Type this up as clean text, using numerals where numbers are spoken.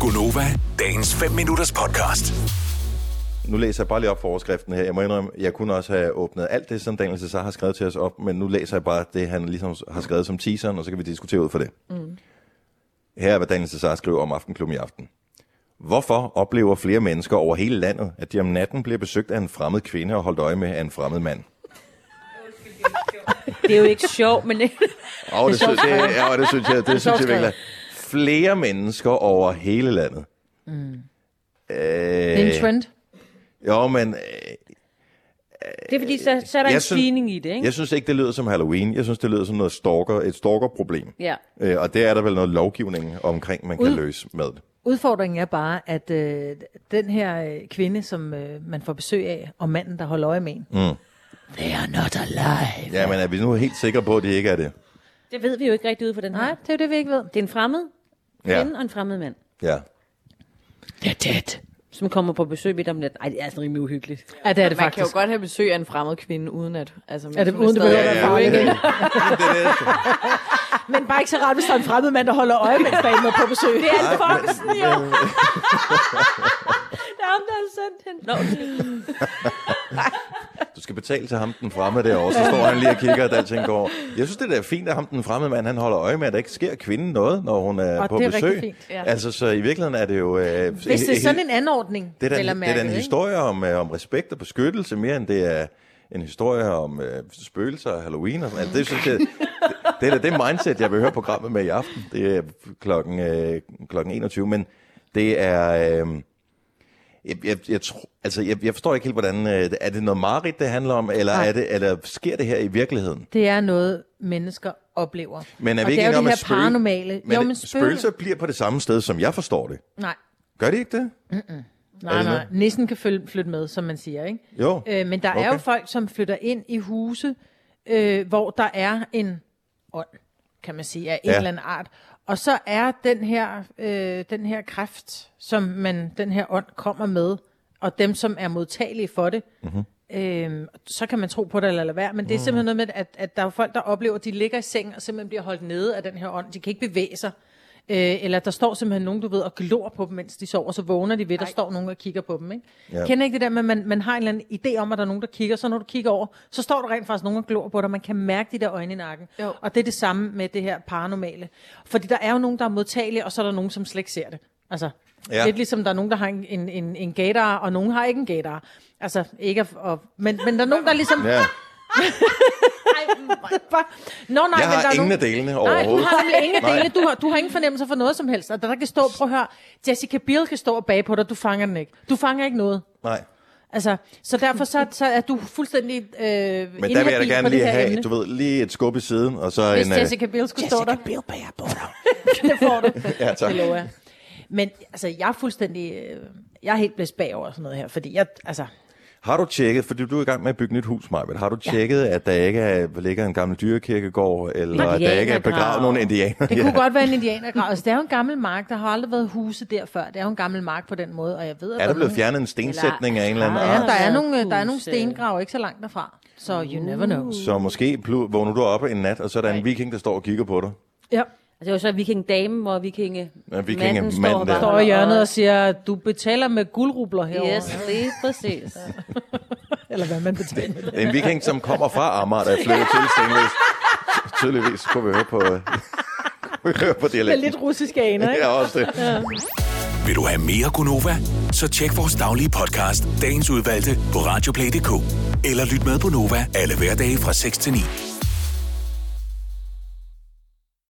Gunova, dagens 5 minutters podcast. Nu læser jeg bare lige op for overskriften her. Jeg må indrømme, jeg kunne også have åbnet alt det, som Daniel Cesar har skrevet til os op, men nu læser jeg bare det, han ligesom har skrevet som teaseren, og så kan vi diskutere ud for det. Her er, hvad Daniel Cesar skriver om Aftenklubben i aften. Hvorfor oplever flere mennesker over hele landet, at de om natten bliver besøgt af en fremmed kvinde og holdt øje med af en fremmed mand? Det er jo ikke sjovt, men det synes jeg virkelig. Flere mennesker over hele landet. Det er en trend. Jo, men... det er fordi, så er der en stigning i det, ikke? Jeg synes ikke, det lyder som Halloween. Jeg synes, det lyder som noget et stalker-problem. Ja. Og det er der vel noget lovgivning omkring, man kan løse med det. Udfordringen er bare, at den her kvinde, som man får besøg af, og manden, der holder øje med en, they are not alive. Ja, men er vi nu helt sikre på, at det ikke er det? Det ved vi jo ikke rigtig ud for den her. Nej, det er det, vi ikke ved. Det er en fremmed kvinde og en fremmed mand. Ja. They're dead. Som kommer på besøg midt om lidt. Ej, det er altså rimelig uhyggeligt. Ja, det er det man faktisk. kan jo godt have besøg af en fremmed kvinde, uden at... Altså, det uden det behøver ja. ikke. Men bare ikke så rart, hvis der er en fremmed mand, der holder øje, mens der er på besøg. Det er Foxen, jo. Det er ham, der har sendt hende. Du skal betale til ham den fremme derovre, så står han lige og kigger, at alting går. Jeg synes, det er fint, at ham den fremmede mand, han holder øje med, at der ikke sker kvinden noget, når hun er på besøg. Det er rigtig fint. Ja. Altså, så i virkeligheden er det jo... Hvis det er sådan en anordning, det er en historie om respekt og beskyttelse, mere end det er en historie om spøgelser og Halloween og sådan noget. Det synes jeg... Det er det mindset, jeg vil høre programmet med i aften. Det er klokken 21, men det er... Jeg forstår ikke helt, hvordan... Er det noget mareridt, det handler om, eller sker det her i virkeligheden? Det er noget, mennesker oplever. Men er vi og ikke det er jo om det her paranormale. Men spøgelser bliver på det samme sted, som jeg forstår det. Nej. Gør de ikke det? Nej. Nissen kan flytte med, som man siger, ikke? Jo. Men der er jo folk, som flytter ind i huse, hvor der er en ånd, kan man sige, af en eller anden art. Og så er den her kræft, som den her ånd kommer med, og dem, som er modtagelige for det, så kan man tro på det eller lade være. Men det er simpelthen noget med, at der er folk, der oplever, at de ligger i seng og simpelthen bliver holdt nede af den her ånd. De kan ikke bevæge sig. Eller der står simpelthen nogen, du ved, og glor på dem, mens de sover, så vågner de ved, der står nogen og kigger på dem, ikke? Ja. Kender ikke det der med, at man har en eller anden idé om, at der er nogen, der kigger, så når du kigger over, så står der rent faktisk nogen og glor på dig, man kan mærke de der øjne i nakken. Jo. Og det er det samme med det her paranormale. Fordi der er jo nogen, der er modtagelige, og så er der nogen, som slet ikke ser det. Altså, lidt ligesom der er nogen, der har en gaydar, og nogen har ikke en gaydar. Altså, ikke men der er nogen, der ligesom... Ja. Nej, jeg har ingen af delene overhovedet. Nej, du har nemlig ingen af delene. Du har ingen fornemmelse for noget som helst. Og der kan stå, prøv at høre, Jessica Biel kan stå og bage på dig, du fanger den ikke. Du fanger ikke noget. Nej. Altså, så derfor så er du fuldstændig men der vil jeg da gerne lige have, emne. Du ved, lige et skub i siden, og så hvis Jessica Biel skulle stå der. Jessica Biel bager på dig. Det får du. Ja, tak. Det lover jeg. Men altså, jeg er fuldstændig... jeg er helt blæst bagover sådan noget her, fordi jeg... Altså, har du tjekket, fordi du er i gang med at bygge nyt hus, Majbert, har du tjekket, at der ikke ligger en gammel dyrekirkegård, eller at der ikke er begravet nogen indianer? Det kunne godt være en indianergrav. Altså, det er jo en gammel mark, der har aldrig været huse der før. Det er jo en gammel mark på den måde, og jeg ved... Er der blevet fjernet en stensætning af en eller anden art? Ja, der er nogle stengrav ikke så langt derfra, så you never know. Så måske vågner du op en nat, og så er der en viking, der står og kigger på dig? Ja. Det er jo så vikingdame og vikingmanden står i hjørnet og siger, du betaler med guldrubler herovre. Yes, lige præcis. Eller hvad man betaler. Det er en viking, som kommer fra Amager, der er flyttet til Stenløs. Tydeligvis kunne vi høre på dialekten. Med lidt russiske aner, ikke? Ja, også det. Ja. Vil du have mere Gunova? Så tjek vores daglige podcast, dagens udvalgte, på radioplay.dk. Eller lyt med på Nova alle hverdage fra 6 til 9.